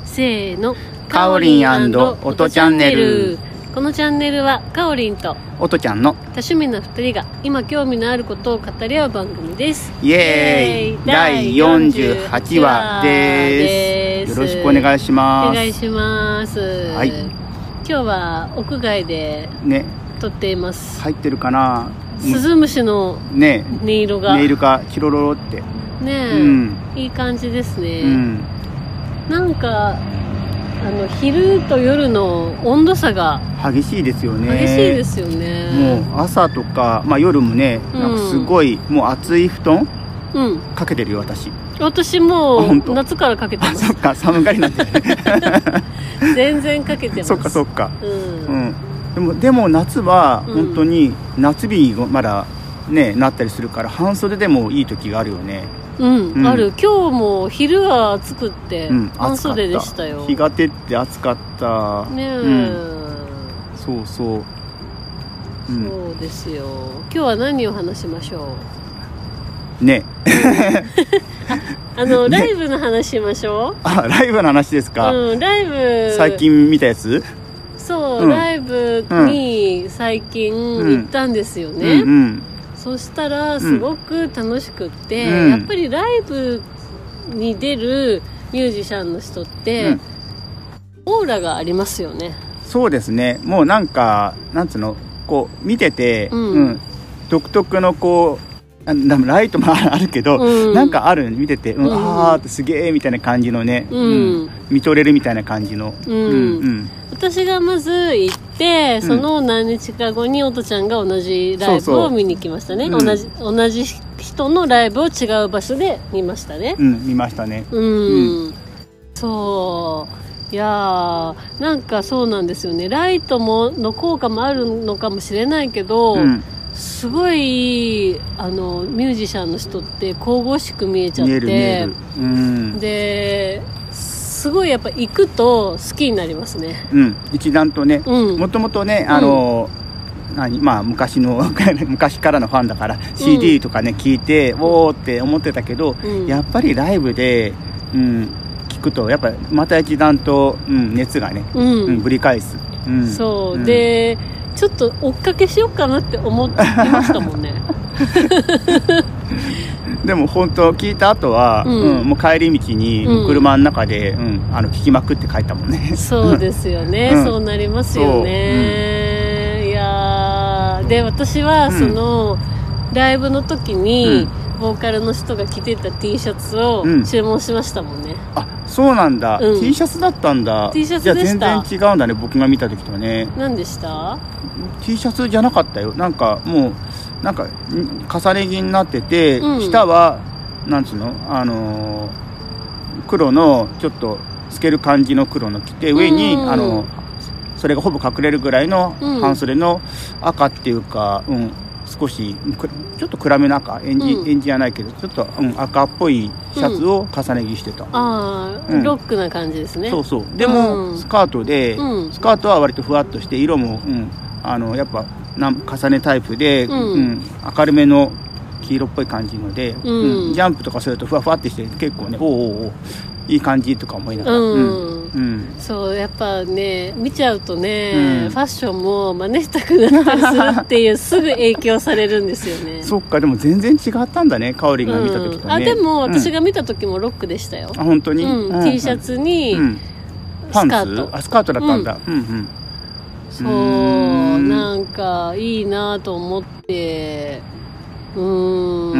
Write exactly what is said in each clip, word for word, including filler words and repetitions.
せーの、 かおりん&音チャンネル。 このチャンネルはかおりんと音ちゃんの多趣味なふたりが今興味のあることを語り合う番組です。 イエーイだいよんじゅうはちわです。よろしくお願いします。 お願いします、はい、今日は屋外で撮っています、 ね、入ってるかな。 スズムシの音色が、 ね、音色がチロロロってねえ、うん、いい感じですね、うん、なんかあの昼と夜の温度差が激しいですよね。 激しいですよね。 もう朝とか、まあ、夜もね、うん、なんかすごいもう厚い布団、うん、かけてるよ私。 私もう夏からかけてます。 そっか、寒がりなんで全然かけてます。 そっかそっか、うんうん、でもでも夏は本当に夏日にまだねなったりするから半袖でもいい時があるよね。 うんうん、ある。今日も昼は暑くって半袖でしたよ、 うん、日が照って暑かったねえ、うん、 そうそう、 うん、そうですよ。今日は何を話しましょうねあ, あのライブの話しましょう。 あ、ライブの話ですか、 うん、ライブ最近見たやつ。 そう、うん、ライブに最近行ったんですよね、うんうんうん、そしたらすごく楽しくって、うん、やっぱりライブに出るミュージシャンの人って、うん、オーラがありますよね。 そうですね。もうなんかなんつうの、こう見てて、うんうん、独特のこうライトもあるけど、うん、なんかある見てて、うんうん、あーってすげーみたいな感じのね、うんうん、見とれるみたいな感じの、うんうんうん、 私がまず行ってその何日か後に音ちゃんが同じライブを見に来ましたね。そうそう、同じ、同じ人のライブを違う場所で見ましたね。 うん、見ましたね。 うん、うん、そういやーなんかそうなんですよね。ライトもの効果もあるのかもしれないけど、うん、すごいあのミュージシャンの人って神々しく見えちゃって、見える見える、うん、ですごいやっぱ行くと好きになりますね。 うん、一段とね、もともとね、あの、うん、何まあ昔の昔からのファンだから、うん、シーディー とかね聞いて、うん、おーって思ってたけど、うん、やっぱりライブで、うん、聞くとやっぱまた一段と、うん、熱がね、うんうん、ぶり返す、うん、 そう、うん、でちょっと追っかけしようかなって思ってましたもんねでも本当聞いた後は、うんうん、もう帰り道に車の中で、うんうん、あの聞きまくって帰ったもんね。 そうですよね、うん、そうなりますよね、うん、いやで私はその、うん、ライブの時に、うん、ボーカルの人が着てた T シャツを注文しましたもんね、 うん、あ、そうなんだ、うん、T シャツだったんだ。 T シャツでした。 じゃあ全然違うんだね、僕が見た時とはね。 何でした？ T シャツじゃなかったよ。なんかもうなんか重ね着になってて、うん、下はなんつうの、あのー、黒のちょっと透ける感じの黒の着て、上に、うん、あのそれがほぼ隠れるぐらいの半袖の赤っていうか、うん、少しちょっと暗めの赤、エンジ、うん、エンジじゃないけどちょっと、うん、赤っぽいシャツを重ね着してた、うん、 ああ、うん、ロックな感じですね。 そうそう。でも、うん、スカートで、うん、スカートは割とふわっとして色も、うん、あのやっぱ重ねタイプで、うんうん、明るめの黄色っぽい感じので、うんうん、ジャンプとかするとふわふわってして結構ね、おおおいい感じとか思いながら、うんうんうん、そうやっぱね見ちゃうとね、うん、ファッションも真似したくなったりするっていうすぐ影響されるんですよね。 そっか、でも全然違ったんだね、かおりが見た時とね、うん、 あでも私が見た時もロックでしたよ、うん、 あ本当に、 うん、T シャツに、うん、スカート、 パンツ？あ、スカートだったんだ、うん、うんうん、 そう、なんかいいなと思って、うーん、うん、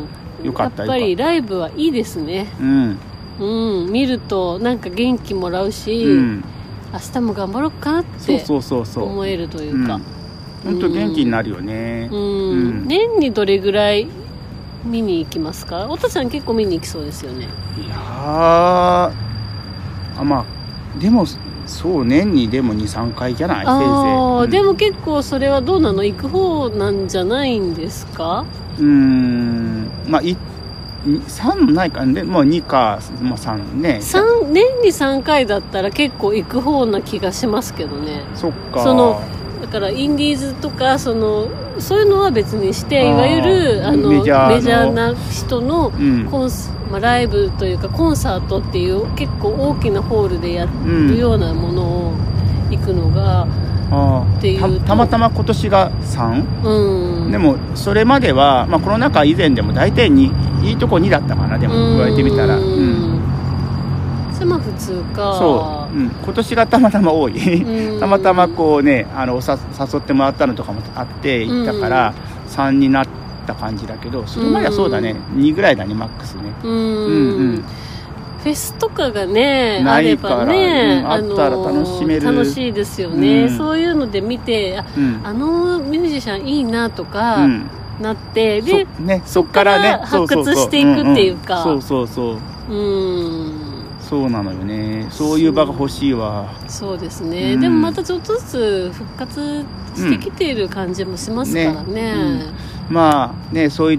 よかった。やっぱりライブはいいですね、うんうん、見るとなんか元気もらうし、うん、明日も頑張ろうかなって思えるというか、 本当元気になるよね、 うんうん、年にどれぐらい見に行きますか？お父さん結構見に行きそうですよね。 いやー、あ、まあでもそう年にでも にさんかいじゃない、せいぜい、 うん、でも結構それはどうなの、行く方なんじゃないんですか？ うーん、まあいさんないかね、もうにか、まあ、さんね、 さん年にさんかいだったら結構行く方な気がしますけどね。 そっか。 そのからインディーズとかそのそういうのは別にしていわゆるあのメジャーのメジャーな人のコンス、うんまあ、ライブというかコンサートっていう結構大きなホールでやるようなものを行くのが、 あっていうた, たまたま今年がさん、 うん、でもそれまでは、まあ、コロナ禍以前でも大体にいいとこにだったかな。でも言われてみたら、うん、 それまあ普通か。 そう、うん、今年がたまたま多いたまたまこうねあのおさ誘ってもらったのとかもあって行ったからさんになった感じだけど、それまではそうだねにぐらいだねマックスね。 うんうんうんフェスとかがねあればね、 うん、あったら楽しめる、 楽しいですよね、 うん、 そういうので見て あ,、うん、あのミュージシャンいいなとか、うん、なってでそ,、ね、そっからね発掘していくっていうか、 そうそうそううんそうなのよね。そういう場が欲しいわ。 そうですね、うん、でもまたちょっとずつ復活してきている感じもしますからね、うんねうん、まあねそういった、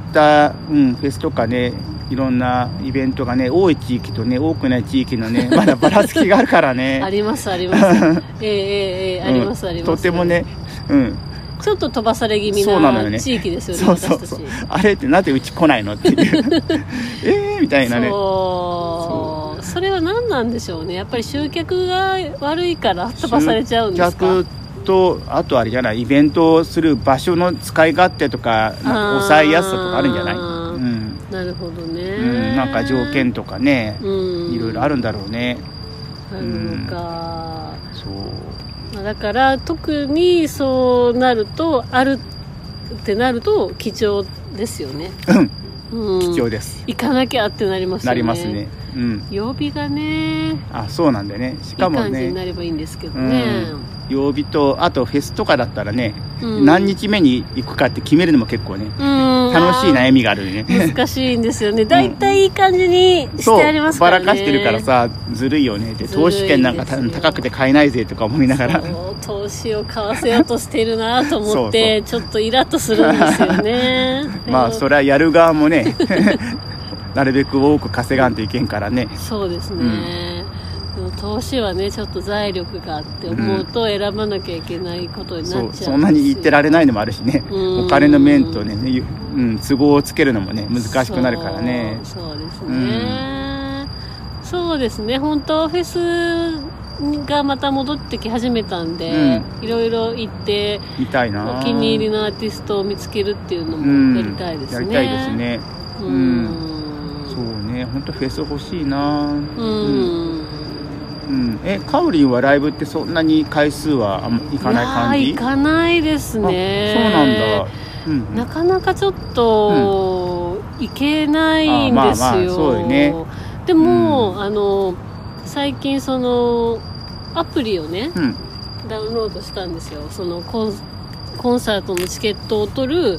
うん、フェスとかねいろんなイベントがね多い地域とね多くない地域のねまだばらつきがあるからねありますありますえええええありますあります、 とてもねうんちょっと飛ばされ気味な地域ですよね。 そうそうそうあれってなんでうち来ないのっていうえーみたいなね。 そうそれは何なんでしょうね。やっぱり集客が悪いから飛ばされちゃうんですか。 集客とあとあれじゃないイベントをする場所の使い勝手とか抑えやすさとかあるんじゃない。うん、 なるほどね、 うん、なんか条件とかね、うん、いろいろあるんだろうね。 あるのか、 うん、そうだから特にそうなるとあるってなると貴重ですよね。 うん、貴重です。 行かなきゃってなりますよね。 なりますね。うん、 曜日がねあそうなんでねしかもねいい感じになればいいんですけどね、 うん、曜日とあとフェスとかだったらね、うん、何日目に行くかって決めるのも結構ね、うん、楽しい悩みがあるね。 難しいんですよね。だいたいいい感じにしてありますからね。 そうばらかしてるからさずるいよねで投資券なんか高くて買えないぜとか思いながら投資を買わせようとしているなと思ってそうそうちょっとイラッとするんですよね。 まあそれはやる側もねなるべく多く稼がんといけんからね。 そうですね、うん、でも投資はねちょっと財力があって思うと選ばなきゃいけないことになっちゃうんですよ、 うん、そ, そんなに言ってられないのもあるしね、お金の面とね、うん、都合をつけるのもね難しくなるからね。 そう、そうですね、うん、そうですね本当フェスがまた戻ってき始めたんで、うん、いろいろ行って見たいな。 お気に入りのアーティストを見つけるっていうのもやりたいですね、 うん、やりたいですね。うん、うんそうね本当フェス欲しいな。うん、うんうん、えカオリンはライブってそんなに回数はあんま行かない感じ？ いや行かないですね。 そうなんだ、うんうん、 なかなかちょっと、うん、行けないんですよ。まあまあそうよね。でも、うん、あの最近そのアプリをね、うん、ダウンロードしたんですよ。そのコンコンサートのチケットを取る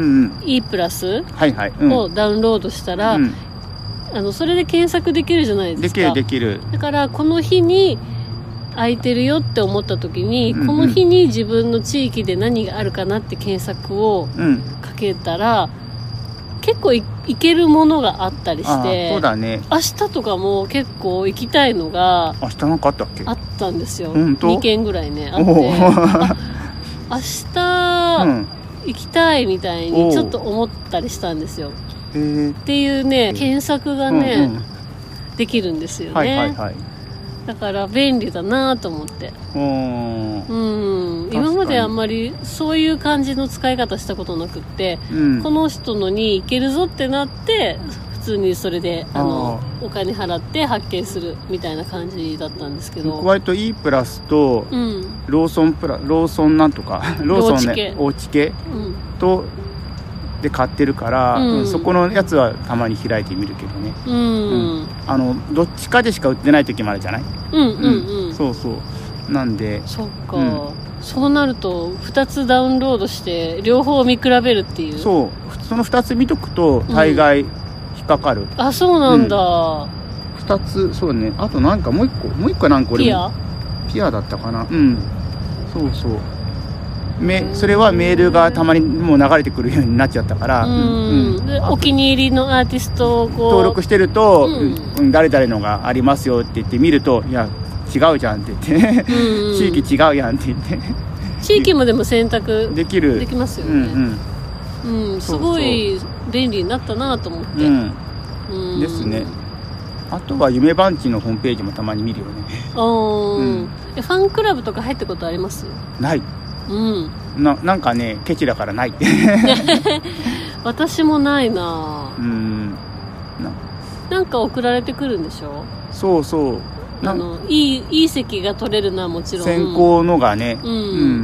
E プラスをダウンロードしたら、うん、あのそれで検索できるじゃないですか。 できるできる。 だからこの日に空いてるよって思った時に、うんうん、この日に自分の地域で何があるかなって検索をかけたら、うん、結構 い, いけるものがあったりして。 そうだね。 明日とかも結構行きたいのが明日なんかあったっけ？ あったんですよ。 うん、 にけんぐらいねあって明日、うん、行きたいみたいにちょっと思ったりしたんですよ。っていうね検索がね、うんうん、できるんですよね、はいはいはい、だから便利だなと思って。うん今まであんまりそういう感じの使い方したことなくって、うん、この人のに行けるぞってなって普通にそれであのお金払って発見するみたいな感じだったんですけど、 割と E プラスと、うん、ローソンプラローソンなんとかローソンねおうち系と、うん、で買ってるから、うん、そこのやつはたまに開いてみるけどね、うんうん、あのどっちかでしか売ってない時もあるじゃない。うんうんうん、うん、そうそうなんでそっか、うん、そうなるとふたつダウンロードして両方見比べるっていう。 そうそのふたつ見とくと大概、うんかかる。 あ、そうなんだ、うん、 ふたつそうね。あとなんかもういっこもういっこなんか俺もピアピアだったかな。うんそうそうめそれはメールがたまにもう流れてくるようになっちゃったから、うん、 うん、でお気に入りのアーティストをこう登録してると、うん、誰々のがありますよって言って見るといや違うじゃんって言って、うん、地域違うやんって言って地域もでも選択できるできますよね。うん、うん、すごい便利になったなと思って。うん、 うん、ですね。あとは夢番地のホームページもたまに見るよね。 あ、うん、え、ファンクラブとか入ったことあります？ ない。うん。な、なんかね、ケチだからない。 私もないな。うん。な、なんか送られてくるんでしょ？ そうそう。 あのいいいい席が取れるのはもちろん。 先行のがね。うん。うん、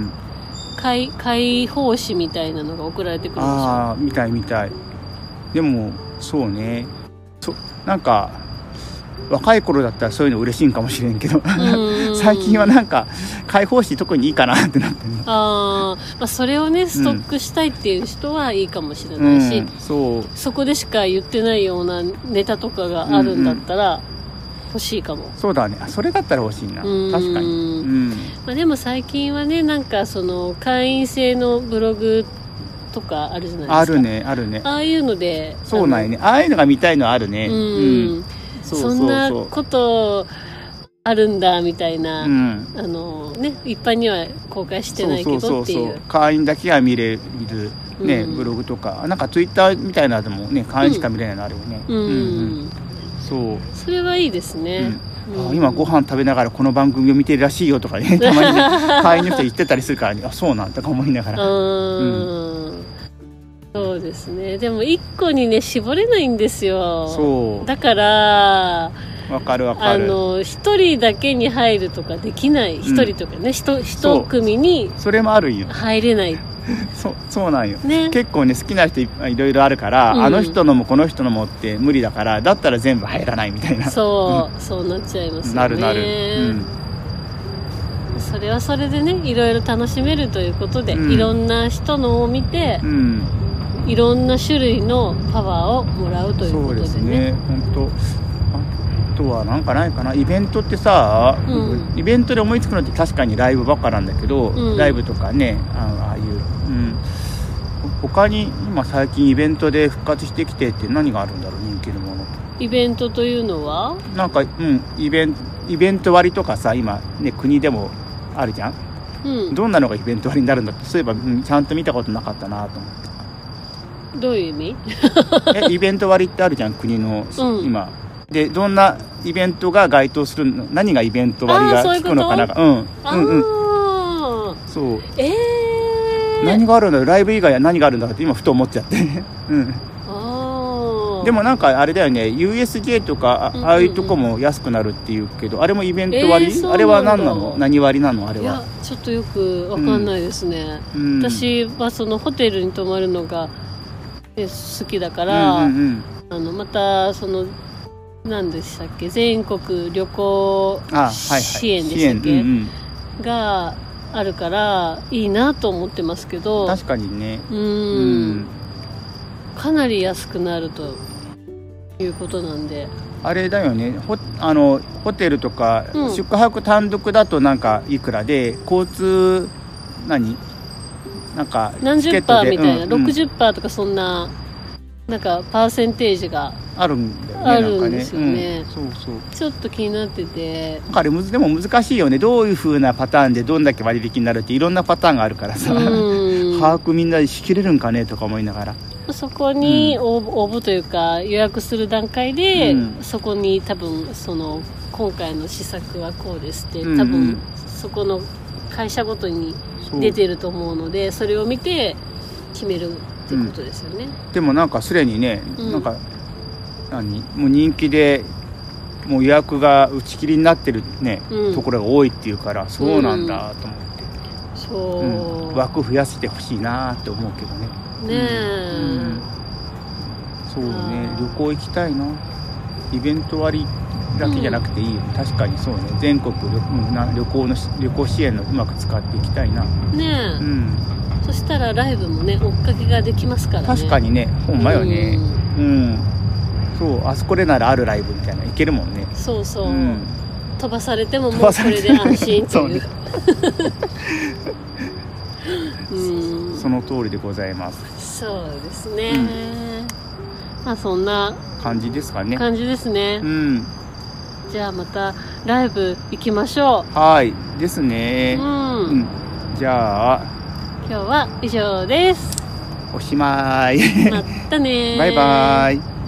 開開放誌みたいなのが送られてくるんでしょ？ ああ、みたいみたい。でもそうね。そ、なんか。若い頃だったらそういうの嬉しいんかもしれんけど最近はなんか開放誌特にいいかなってなってる。 あ、まあそれをねストックしたいっていう人はいいかもしれないし、うん、そう、そこでしか言ってないようなネタとかがあるんだったら欲しいかも。うんうん、そうだね、それだったら欲しいな。確かに、うん、 まあ、でも最近はねなんかその会員制のブログとかあるじゃないですか。 あるねあるね。 ああいうので、 そうなんやね、ああいうのが見たいのあるね。うん、うん、 そうそうそう、そんなことあるんだみたいな、うん、あのね、一般には公開してないけどっていう。そうそうそうそう、 会員だけが見れる、ね、うん、ブログとかなんかツイッターみたいなのでもね会員しか見れないのあるよね。うん、うんうん、そう、 それはいいですね。 うん、あ、今ご飯食べながらこの番組を見てるらしいよとかねたまにね会員の人言ってたりするから、ね、あ、そうなんとか思いながら。うん、 そうですね。でも一個にね絞れないんですよ。そうだからわかるわかる。 あの一人だけに入るとかできない。一、うん、人とかね、一一組にそれもあるんよ。 入れない。 そうそうなんよ、ね、結構ね好きな人いろいろあるから、うん、あの人のもこの人のもって無理だから、だったら全部入らないみたいな。 そう、うん、そうなっちゃいますよね。 なるなる、 うん、それはそれでねいろいろ楽しめるということで、うん、いろんな人のを見て、うん、いろんな種類のパワーをもらうということでね。そうですね、 本当。あとはなんかないかな、イベントってさ、うん、イベントで思いつくのって確かにライブばっかなんだけど、うん、ライブとかね、あのああいう、うん、他に今最近イベントで復活してきてって何があるんだろう、人気のもの。 イベントというのはなんか、うん、イベント、イベント割とかさ今ね国でもあるじゃん、うん、どんなのがイベント割になるんだって、そういえば、うん、ちゃんと見たことなかったなと思って。 どういう意味？ え、イベント割ってあるじゃん国の、うん、今でどんなイベントが該当するの、何がイベント割が効くのかな。うん、うんうん、そう、 えー、 何があるんだろう、ライブ以外は何があるんだろうって今ふと思っちゃってうん、あ、でもなんかあれだよね、 ユーエスジェー とか あ, ああいうとこも安くなるっていうけど、あれもイベント割、えー、あれは何なの、何割なのあれは。いやちょっとよくわかんないですね、うん、私はそのホテルに泊まるのが好きだから、うんうんうん、あのまたその何でしたっけ、全国旅行支援でしたっけ、はいはい、うんうん、があるからいいなと思ってますけど、 確かにね、うん、 うん、かなり安くなるということなんで、 あれだよね、ホ、あのホテルとか、うん、宿泊単独だとなんかいくらで、交通何なんか何十パーみたいな、うん、ろくじゅっパーセントとかそんななんかパーセンテージがあるんだよね。 あるんですよね、 うん、そうそう、 ちょっと気になってて、 あれでも難しいよね、どういう風なパターンでどんだけ割引になるっていろんなパターンがあるからさ、うん把握みんなでしきれるんかねとか思いながら、 そこに応募、うん、応募というか予約する段階で、うん、そこに多分その今回の施策はこうですって多分、うん、そこの会社ごとに出てると思うので、 そ, それを見て決めるってことですよね、 うん、でもなんかすでにね、うん、なんか何もう人気でもう予約が打ち切りになってるね、うん、ところが多いっていうから、そうなんだと思って、うん、そう、うん、枠増やしてほしいなって思うけどね。 ねえ、うん、 そうね、旅行行きたいな、イベント割だけじゃなくていいよ、うん、確かにそうね、全国 旅, な旅行の旅行支援のうまく使っていきたいな。ねえ、うん、そしたらライブもね追っかけができますからね。 確かにね、ほんまよね、うん、うん、そう、あそこでならあるライブみたいな行けるもんね。 そうそう、うん、飛ばされてももうこれで安心っていううん、その通りでございます。 そうですね、うん、まあそんな感じですかね。 感じですね、うん、じゃあまたライブ行きましょう。 はいですね、うん、うん、 じゃあ今日は以上です。 おしまいまたねバイバイ。